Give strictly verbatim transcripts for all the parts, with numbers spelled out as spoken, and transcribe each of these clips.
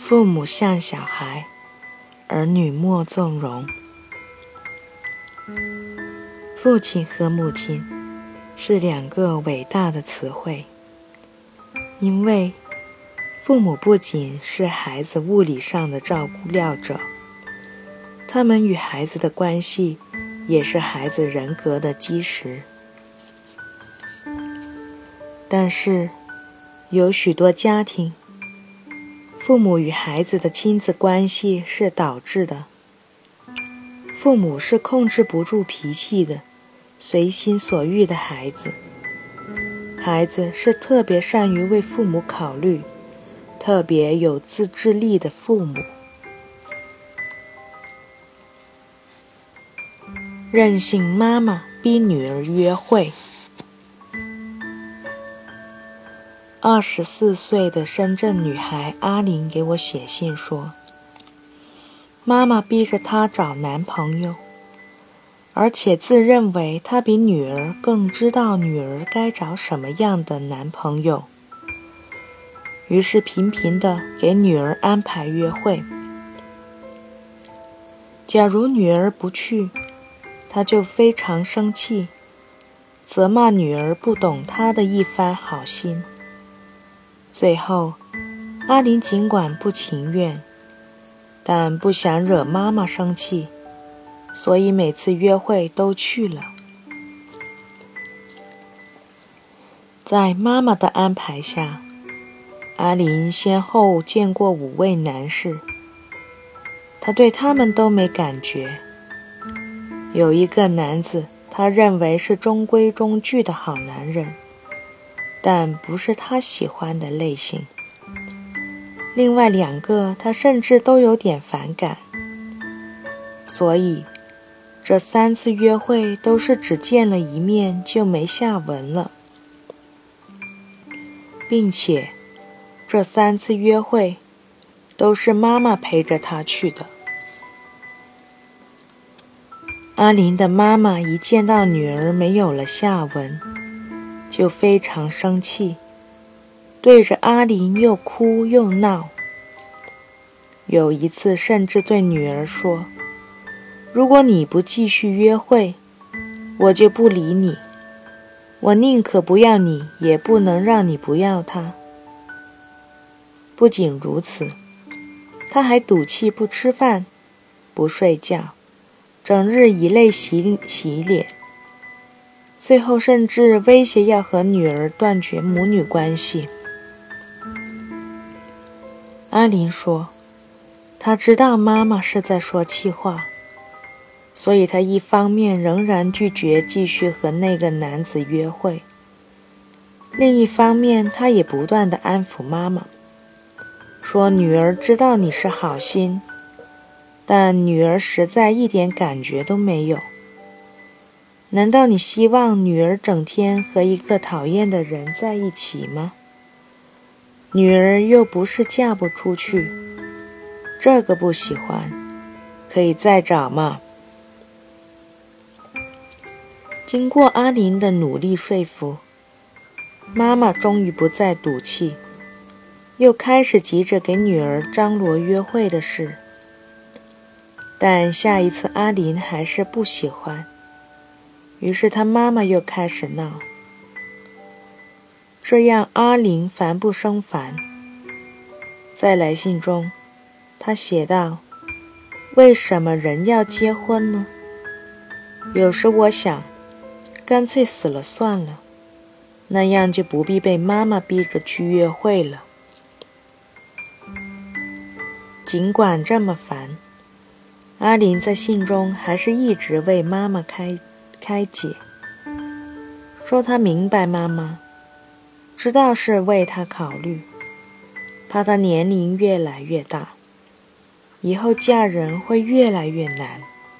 父母像小孩，儿女莫纵容。父亲和母亲是两个伟大的词汇，因为父母不仅是孩子物理上的照料者，他们与孩子的关系也是孩子人格的基石。但是有许多家庭，父母与孩子的亲子关系是导致的，父母是控制不住脾气的随心所欲的孩子，孩子是特别善于为父母考虑，特别有自制力的父母。任性妈妈逼女儿约会。二十四岁的深圳女孩阿玲给我写信说，妈妈逼着她找男朋友，而且自认为她比女儿更知道女儿该找什么样的男朋友，于是频频地给女儿安排约会。假如女儿不去，她就非常生气，责骂女儿不懂她的一番好心。最后，阿玲尽管不情愿，但不想惹妈妈生气，所以每次约会都去了。在妈妈的安排下，阿玲先后见过五位男士，她对他们都没感觉。有一个男子，她认为是中规中矩的好男人，但不是她喜欢的类型。另外两个，她甚至都有点反感。所以，这三次约会都是只见了一面就没下文了，并且这三次约会都是妈妈陪着她去的。阿玲的妈妈一见到女儿没有了下文，就非常生气，对着阿玲又哭又闹。有一次甚至对女儿说，如果你不继续约会，我就不理你，我宁可不要你，也不能让你不要他。不仅如此，他还赌气不吃饭，不睡觉，整日以泪洗洗脸，最后甚至威胁要和女儿断绝母女关系。阿玲说，她知道妈妈是在说气话，所以她一方面仍然拒绝继续和那个男子约会，另一方面她也不断地安抚妈妈，说女儿知道你是好心，但女儿实在一点感觉都没有。难道你希望女儿整天和一个讨厌的人在一起吗？女儿又不是嫁不出去，这个不喜欢，可以再找嘛。经过阿玲的努力说服，妈妈终于不再赌气，又开始急着给女儿张罗约会的事。但下一次阿玲还是不喜欢，于是她妈妈又开始闹。这样阿玲烦不胜烦。在来信中，她写道，为什么人要结婚呢？有时我想，干脆死了算了，那样就不必被妈妈逼着去约会了。尽管这么烦，阿玲在信中还是一直为妈妈开开解，说她明白妈妈，知道是为她考虑，怕她年龄越来越大，以后嫁人会越来越难。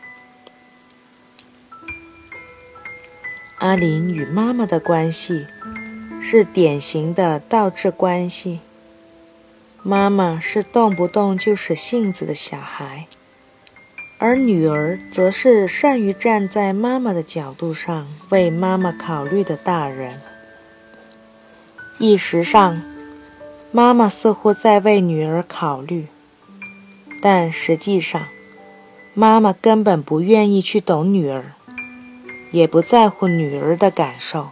阿玲与妈妈的关系是典型的倒置关系，妈妈是动不动就使性子的小孩，而女儿则是善于站在妈妈的角度上为妈妈考虑的大人。一时上，妈妈似乎在为女儿考虑， 但实际上，妈妈根本不愿意去懂女儿，也不在乎女儿的感受。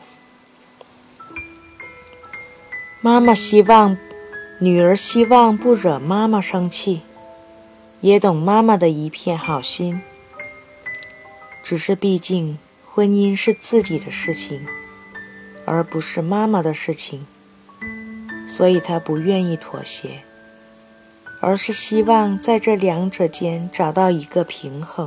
妈妈希望，女儿希望不惹妈妈生气，也懂妈妈的一片好心。只是毕竟婚姻是自己的事情，而不是妈妈的事情，所以她不愿意妥协，而是希望在这两者间找到一个平衡。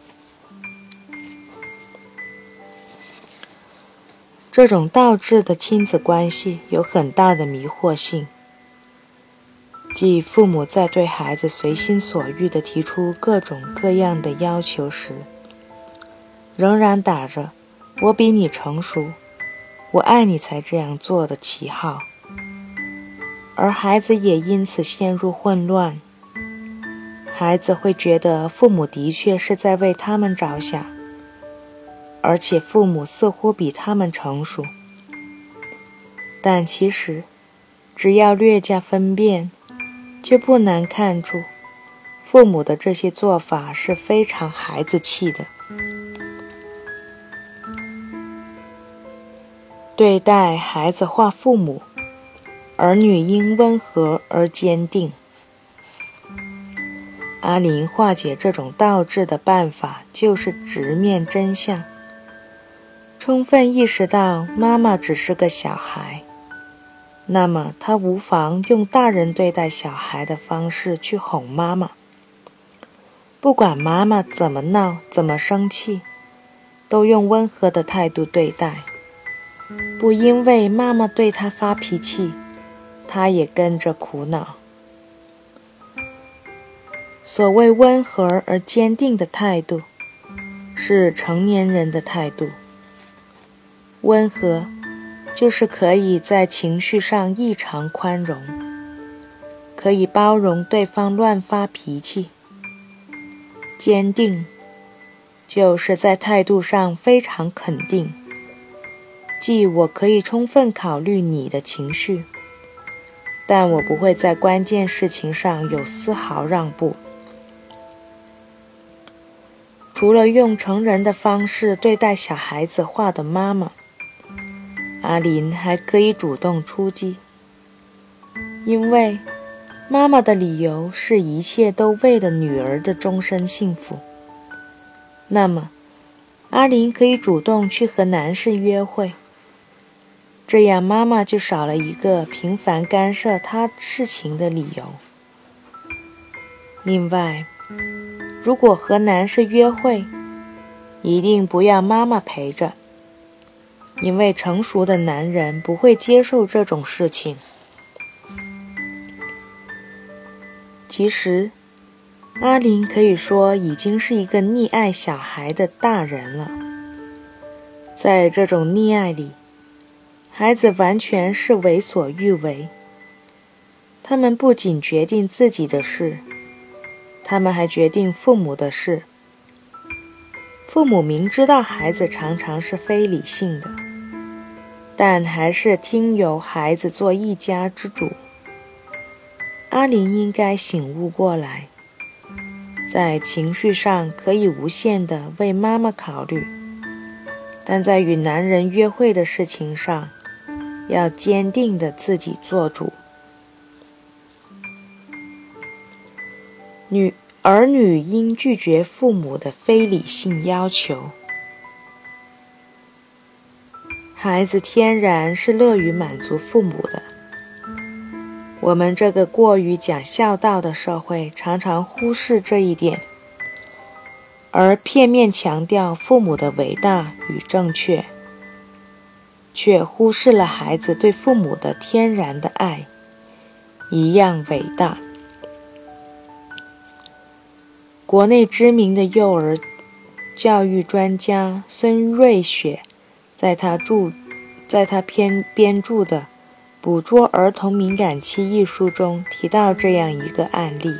这种倒置的亲子关系有很大的迷惑性，即父母在对孩子随心所欲地提出各种各样的要求时，仍然打着我比你成熟，我爱你才这样做的旗号，而孩子也因此陷入混乱。孩子会觉得父母的确是在为他们着想，而且父母似乎比他们成熟，但其实只要略加分辨，就不难看出父母的这些做法是非常孩子气的。对待孩子化父母，儿女应温和而坚定。阿林化解这种倒置的办法就是直面真相，充分意识到妈妈只是个小孩，那么他无妨用大人对待小孩的方式去哄妈妈，不管妈妈怎么闹怎么生气，都用温和的态度对待，不因为妈妈对他发脾气，他也跟着苦恼。所谓温和而坚定的态度，是成年人的态度。温和就是可以在情绪上异常宽容，可以包容对方乱发脾气。坚定就是在态度上非常肯定，即我可以充分考虑你的情绪，但我不会在关键事情上有丝毫让步。除了用成人的方式对待小孩子化的妈妈，阿林还可以主动出击，因为妈妈的理由是一切都为了女儿的终身幸福。那么阿林可以主动去和男士约会，这样妈妈就少了一个频繁干涉她事情的理由。另外，如果和男士约会，一定不要妈妈陪着，因为成熟的男人不会接受这种事情。其实，阿林可以说已经是一个溺爱小孩的大人了。在这种溺爱里，孩子完全是为所欲为，他们不仅决定自己的事，他们还决定父母的事。父母明知道孩子常常是非理性的，但还是听由孩子做一家之主。阿林应该醒悟过来，在情绪上可以无限地为妈妈考虑，但在与男人约会的事情上，要坚定地自己做主。女儿女应拒绝父母的非理性要求。孩子天然是乐于满足父母的，我们这个过于讲孝道的社会常常忽视这一点，而片面强调父母的伟大与正确，却忽视了孩子对父母的天然的爱一样伟大。国内知名的幼儿教育专家孙瑞雪在他著在他编编著的《捕捉儿童敏感期》一书中提到这样一个案例。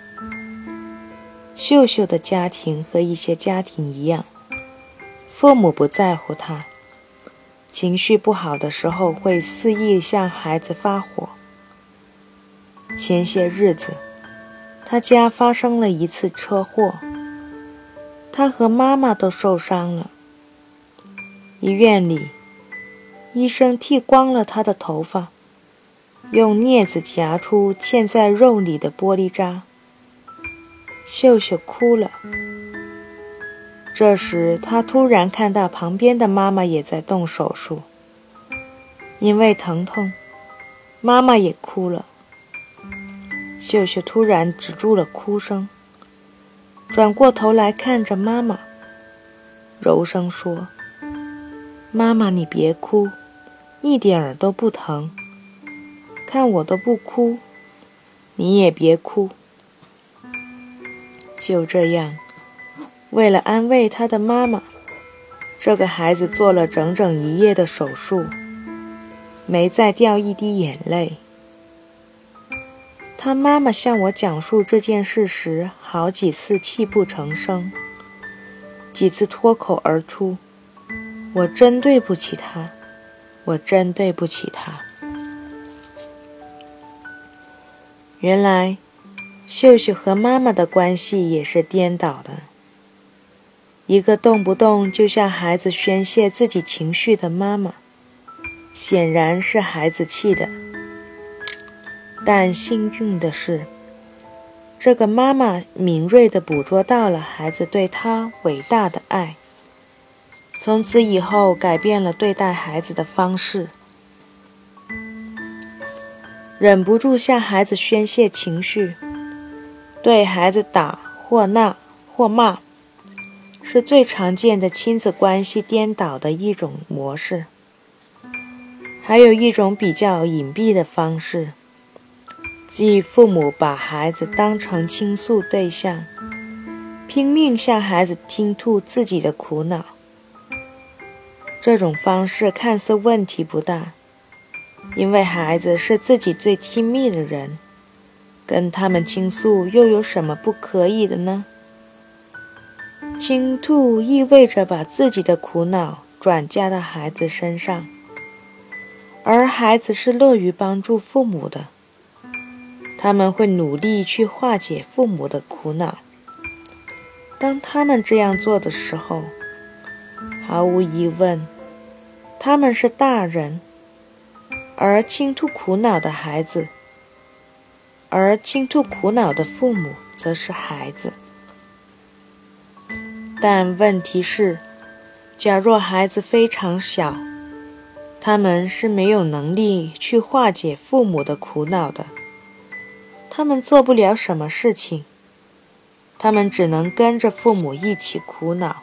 秀秀的家庭和一些家庭一样，父母不在乎他，情绪不好的时候会肆意向孩子发火。前些日子他家发生了一次车祸，他和妈妈都受伤了。医院里，医生剃光了他的头发，用镊子夹出嵌在肉里的玻璃渣。秀秀哭了。这时，他突然看到旁边的妈妈也在动手术，因为疼痛，妈妈也哭了。秀秀突然止住了哭声，转过头来看着妈妈，柔声说：“妈妈，你别哭，一点儿都不疼。看我都不哭，你也别哭。”就这样，为了安慰他的妈妈，这个孩子做了整整一夜的手术，没再掉一滴眼泪。他妈妈向我讲述这件事时，好几次泣不成声，几次脱口而出：“我真对不起他，我真对不起他。”原来，秀秀和妈妈的关系也是颠倒的。一个动不动就向孩子宣泄自己情绪的妈妈，显然是孩子气的。但幸运的是，这个妈妈敏锐地捕捉到了孩子对她伟大的爱，从此以后改变了对待孩子的方式。忍不住向孩子宣泄情绪，对孩子打或闹或骂，是最常见的亲子关系颠倒的一种模式。还有一种比较隐蔽的方式，即父母把孩子当成倾诉对象，拼命向孩子倾吐自己的苦恼。这种方式看似问题不大，因为孩子是自己最亲密的人，跟他们倾诉又有什么不可以的呢？倾吐意味着把自己的苦恼转嫁到孩子身上，而孩子是乐于帮助父母的，他们会努力去化解父母的苦恼。当他们这样做的时候，毫无疑问，他们是大人，而倾吐苦恼的孩子，而倾吐苦恼的父母则是孩子。但问题是，假若孩子非常小，他们是没有能力去化解父母的苦恼的，他们做不了什么事情，他们只能跟着父母一起苦恼。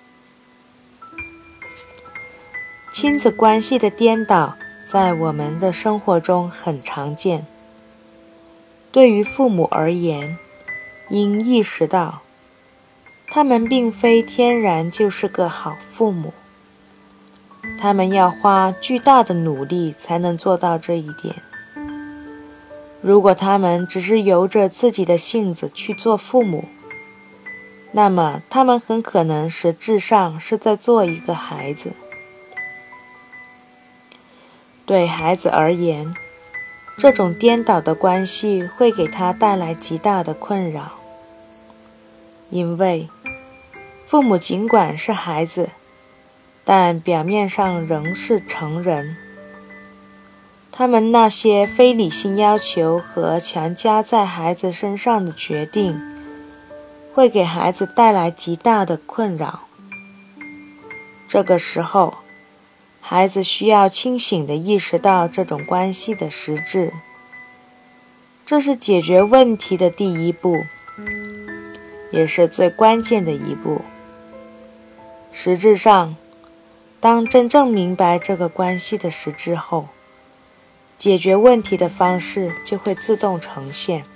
亲子关系的颠倒在我们的生活中很常见。对于父母而言，应意识到他们并非天然就是个好父母，他们要花巨大的努力才能做到这一点。如果他们只是由着自己的性子去做父母，那么他们很可能实质上是在做一个孩子。对孩子而言，这种颠倒的关系会给他带来极大的困扰，因为父母尽管是孩子，但表面上仍是成人。他们那些非理性要求和强加在孩子身上的决定，会给孩子带来极大的困扰。这个时候，孩子需要清醒地意识到这种关系的实质，这是解决问题的第一步，也是最关键的一步。实质上，当真正明白这个关系的实质后，解决问题的方式就会自动呈现。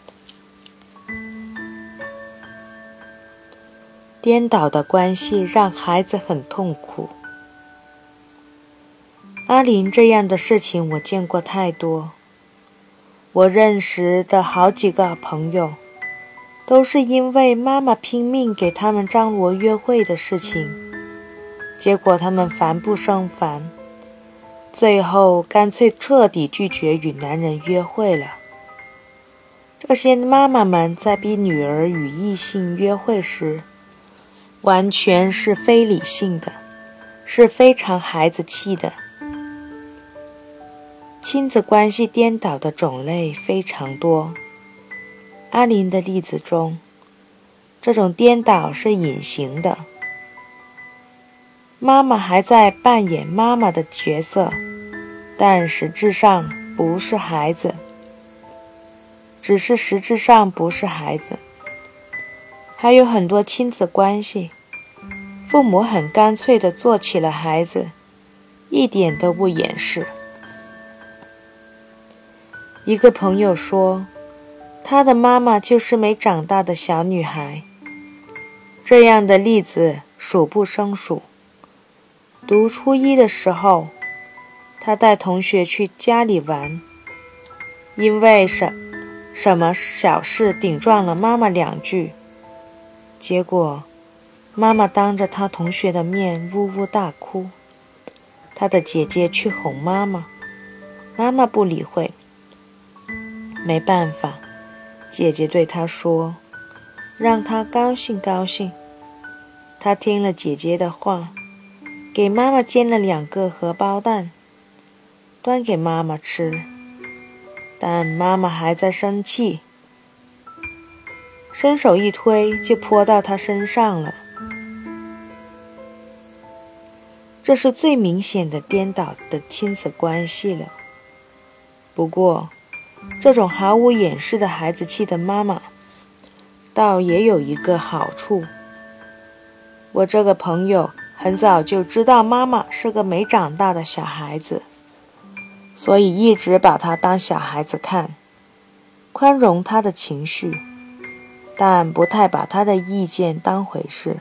颠倒的关系让孩子很痛苦。阿林这样的事情我见过太多。我认识的好几个朋友，都是因为妈妈拼命给他们张罗约会的事情，结果他们烦不胜烦，最后干脆彻底拒绝与男人约会了。 这些妈妈们在逼女儿与异性约会时，完全是非理性的，是非常孩子气的。亲子关系颠倒的种类非常多。阿林的例子中，这种颠倒是隐形的。妈妈还在扮演妈妈的角色，但实质上不是孩子，只是实质上不是孩子。还有很多亲子关系，父母很干脆地做起了孩子，一点都不掩饰。一个朋友说，他的妈妈就是没长大的小女孩。这样的例子数不胜数。读初一的时候，他带同学去家里玩，因为什什么小事顶撞了妈妈两句，结果妈妈当着他同学的面呜呜大哭。他的姐姐去哄妈妈，妈妈不理会。没办法，姐姐对他说，让他高兴高兴。他听了姐姐的话，给妈妈煎了两个荷包蛋，端给妈妈吃。但妈妈还在生气，伸手一推就泼到他身上了。这是最明显的颠倒的亲子关系了。不过，这种毫无掩饰的孩子气的妈妈，倒也有一个好处。我这个朋友很早就知道妈妈是个没长大的小孩子，所以一直把她当小孩子看，宽容她的情绪，但不太把她的意见当回事。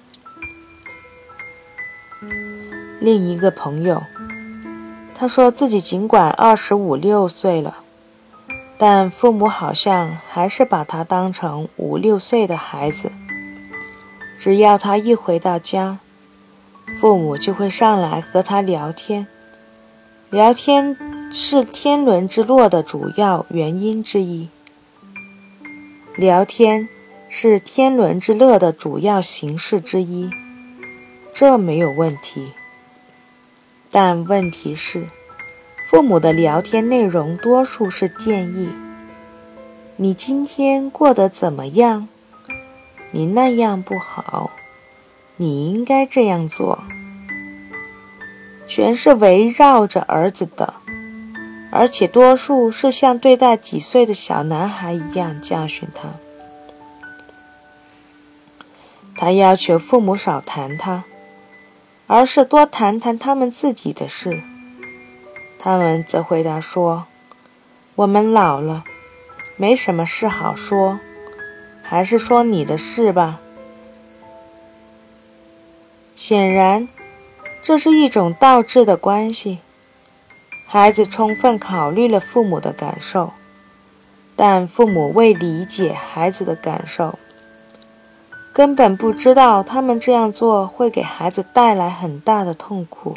另一个朋友，他说自己尽管二十五六岁了，但父母好像还是把他当成五六岁的孩子。只要他一回到家，父母就会上来和他聊天。聊天是天伦之乐的主要原因之一。聊天是天伦之乐的主要形式之一，这没有问题。但问题是，父母的聊天内容多数是建议：你今天过得怎么样？你那样不好，你应该这样做。全是围绕着儿子的，而且多数是像对待几岁的小男孩一样教训他。他要求父母少谈他，而是多谈谈他们自己的事。他们则回答说，我们老了，没什么事好说，还是说你的事吧。显然，这是一种倒置的关系。孩子充分考虑了父母的感受，但父母未理解孩子的感受，根本不知道他们这样做会给孩子带来很大的痛苦。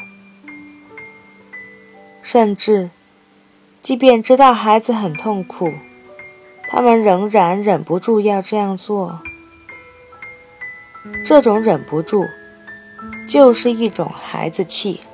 甚至，即便知道孩子很痛苦，他们仍然忍不住要这样做。这种忍不住，就是一种孩子气。